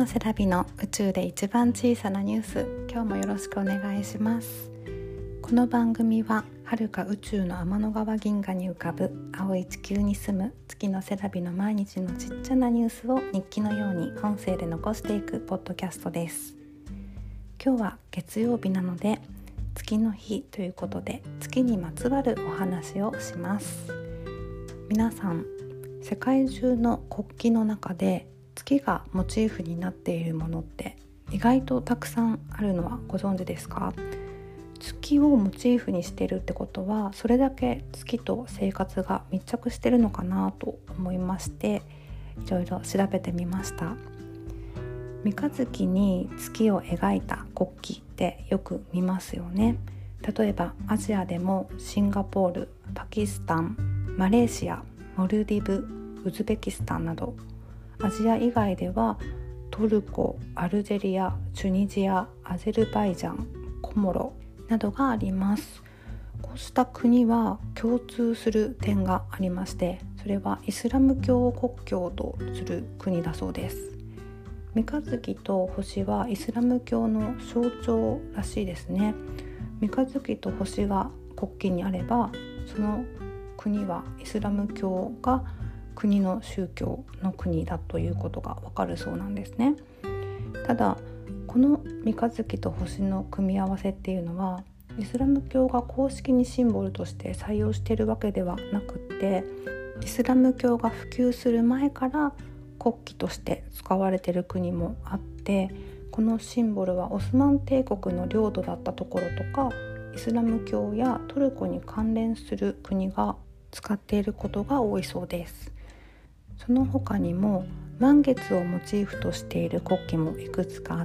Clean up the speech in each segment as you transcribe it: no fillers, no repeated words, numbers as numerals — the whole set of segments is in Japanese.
セラビの宇宙で一番小さなニュース、今日もよろしくお願いします。この番組は遥か宇宙の天の川銀河に浮かぶ青い地球に住む月のセラビの毎日のちっちゃなニュースを日記のように音声で残していくポッドキャストです。今日は月曜日なので月の日ということで、月にまつわるお話をします。皆さん、世界中の国旗の中で月がモチーフになっているものって意外とたくさんあるのはご存知ですか？月をモチーフにしているってことは、それだけ月と生活が密着しているのかなと思いまして、いろいろ調べてみました。三日月に月を描いた国旗ってよく見ますよね。例えばアジアでもシンガポール、パキスタン、マレーシア、モルディブ、ウズベキスタンなど、アジア以外ではトルコ、アルジェリア、チュニジア、アゼルバイジャン、コモロなどがあります。こうした国は共通する点がありまして、それはイスラム教を国教とする国だそうです。三日月と星はイスラム教の象徴らしいですね。三日月と星が国旗にあれば、その国はイスラム教が国の宗教の国だということがわかるそうなんですね。ただこの三日月と星の組み合わせっていうのは、イスラム教が公式にシンボルとして採用しているわけではなくって、イスラム教が普及する前から国旗として使われている国もあって、このシンボルはオスマン帝国の領土だったところとか、イスラム教やトルコに関連する国が使っていることが多いそうです。その他にも満月をモチーフとしている国旗もいくつかあって、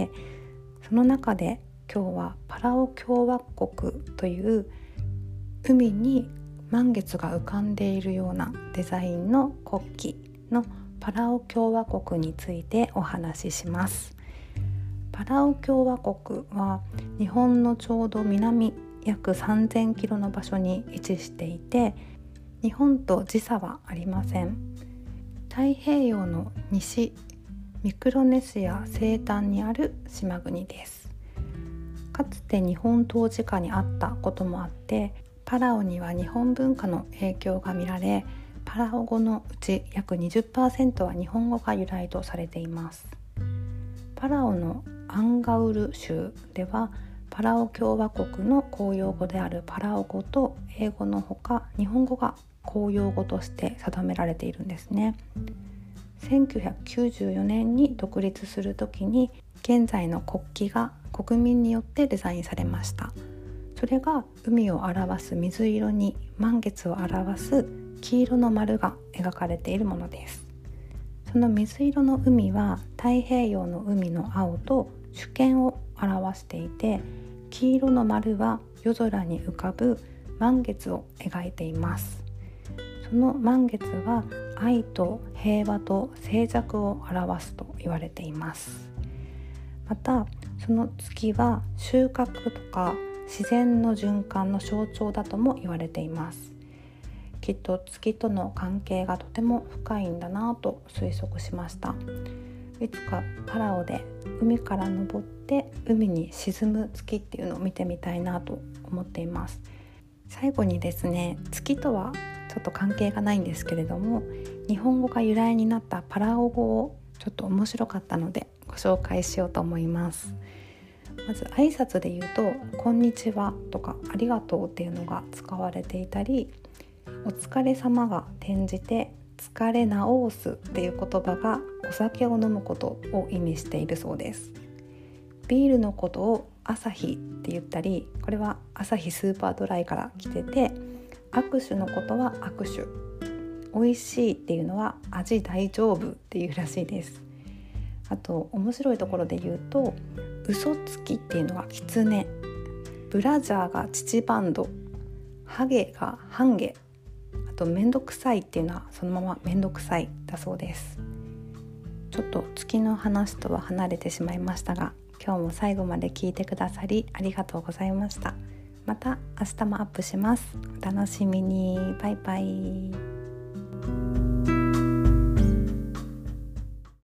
その中で今日はパラオ共和国という海に満月が浮かんでいるようなデザインの国旗のパラオ共和国についてお話しします。パラオ共和国は日本のちょうど南約3000キロの場所に位置していて、日本と時差はありません。太平洋の西、ミクロネシア西端にある島国です。かつて日本統治下にあったこともあって、パラオには日本文化の影響が見られ、パラオ語のうち約 20% は日本語が由来とされています。パラオのアンガウル州では、パラオ共和国の公用語であるパラオ語と英語のほか、日本語が公用語として定められているんですね。1994年に独立するときに、現在の国旗が国民によってデザインされました。それが海を表す水色に満月を表す黄色の丸が描かれているものです。その水色の海は太平洋の海の青と主権を表していて、黄色の丸は夜空に浮かぶ満月を描いています。その満月は愛と平和と静寂を表すと言われています。またその月は収穫とか自然の循環の象徴だとも言われています。きっと月との関係がとても深いんだなと推測しました。いつかパラオで海から昇って海に沈む月っていうのを見てみたいなと思っています。最後にですね、月とはちょっと関係がないんですけれども、日本語が由来になったパラオ語をちょっと面白かったのでご紹介しようと思います。まず挨拶で言うと、こんにちはとかありがとうっていうのが使われていたり、お疲れ様が転じて疲れ直すっていう言葉がお酒を飲むことを意味しているそうです。ビールのことをアサヒって言ったり、これはアサヒスーパードライから来てて、握手のことは握手、美味しいっていうのは味大丈夫っていうらしいです。あと面白いところで言うと、嘘つきっていうのがキツネ、ブラジャーが父バンド、ハゲがハンゲ、あとめんどくさいっていうのはそのままめんどくさいだそうです。ちょっと月の話とは離れてしまいましたが、今日も最後まで聞いてくださりありがとうございました。また明日もアップします。お楽しみに。バイバイ。